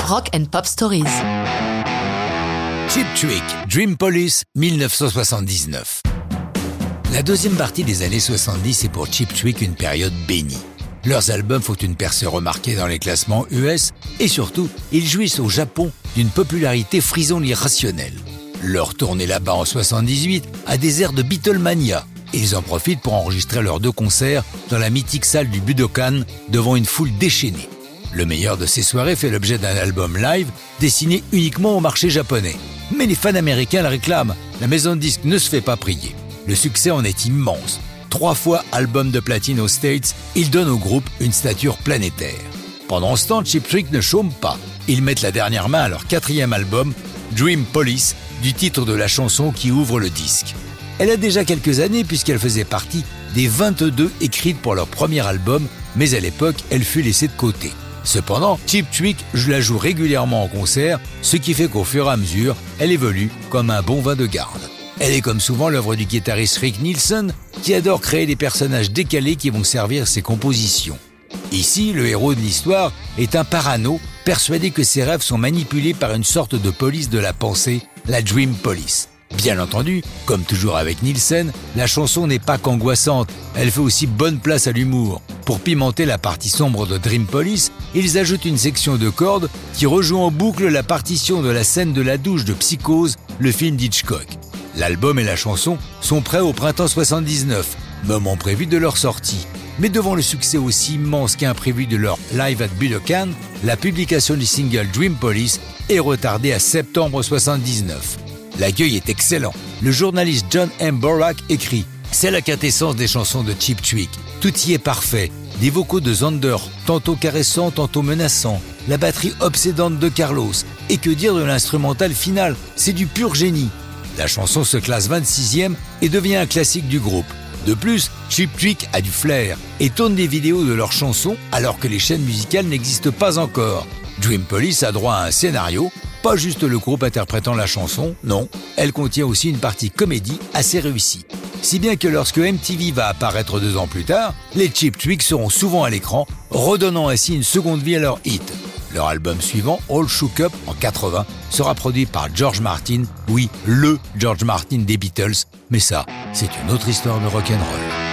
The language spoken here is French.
Rock and Pop Stories. Cheap Trick, Dream Police, 1979. La deuxième partie des années 70 est pour Cheap Trick une période bénie. Leurs albums font une percée remarquée dans les classements US et surtout, ils jouissent au Japon d'une popularité frisant l'irrationnel. Leur tournée là-bas en 78 a des airs de Beatlemania et ils en profitent pour enregistrer leurs 2 concerts dans la mythique salle du Budokan devant une foule déchaînée. Le meilleur de ces soirées fait l'objet d'un album live destiné uniquement au marché japonais. Mais les fans américains le réclament, la maison de disques ne se fait pas prier. Le succès en est immense. 3 fois album de platine aux States, il donne au groupe une stature planétaire. Pendant ce temps, Cheap Trick ne chôme pas. Ils mettent la dernière main à leur 4e album, Dream Police, du titre de la chanson qui ouvre le disque. Elle a déjà quelques années puisqu'elle faisait partie des 22 écrites pour leur premier album, mais à l'époque, elle fut laissée de côté. Cependant, Cheap Trick la joue régulièrement en concert, ce qui fait qu'au fur et à mesure, elle évolue comme un bon vin de garde. Elle est comme souvent l'œuvre du guitariste Rick Nielsen, qui adore créer des personnages décalés qui vont servir ses compositions. Ici, le héros de l'histoire est un parano, persuadé que ses rêves sont manipulés par une sorte de police de la pensée, la Dream Police. Bien entendu, comme toujours avec Nielsen, la chanson n'est pas qu'angoissante, elle fait aussi bonne place à l'humour. Pour pimenter la partie sombre de Dream Police, ils ajoutent une section de cordes qui rejoue en boucle la partition de la scène de la douche de Psychose, le film d'Hitchcock. L'album et la chanson sont prêts au printemps 79, moment prévu de leur sortie. Mais devant le succès aussi immense qu'imprévu de leur Live at Budokan, la publication du single Dream Police est retardée à septembre 79. L'accueil est excellent. Le journaliste John M. Borak écrit « C'est la quintessence des chansons de Cheap Trick. Tout y est parfait. Des vocaux de Zander, tantôt caressants, tantôt menaçants. La batterie obsédante de Carlos. Et que dire de l'instrumental final? C'est du pur génie. » La chanson se classe 26e et devient un classique du groupe. De plus, Cheap Trick a du flair et tourne des vidéos de leurs chansons alors que les chaînes musicales n'existent pas encore. Dream Police a droit à un scénario, pas juste le groupe interprétant la chanson, non, elle contient aussi une partie comédie assez réussie. Si bien que lorsque MTV va apparaître 2 ans plus tard, les Cheap Trick seront souvent à l'écran, redonnant ainsi une seconde vie à leur hit. Leur album suivant, All Shook Up, en 80, sera produit par George Martin, oui, le George Martin des Beatles, mais ça, c'est une autre histoire de rock'n'roll.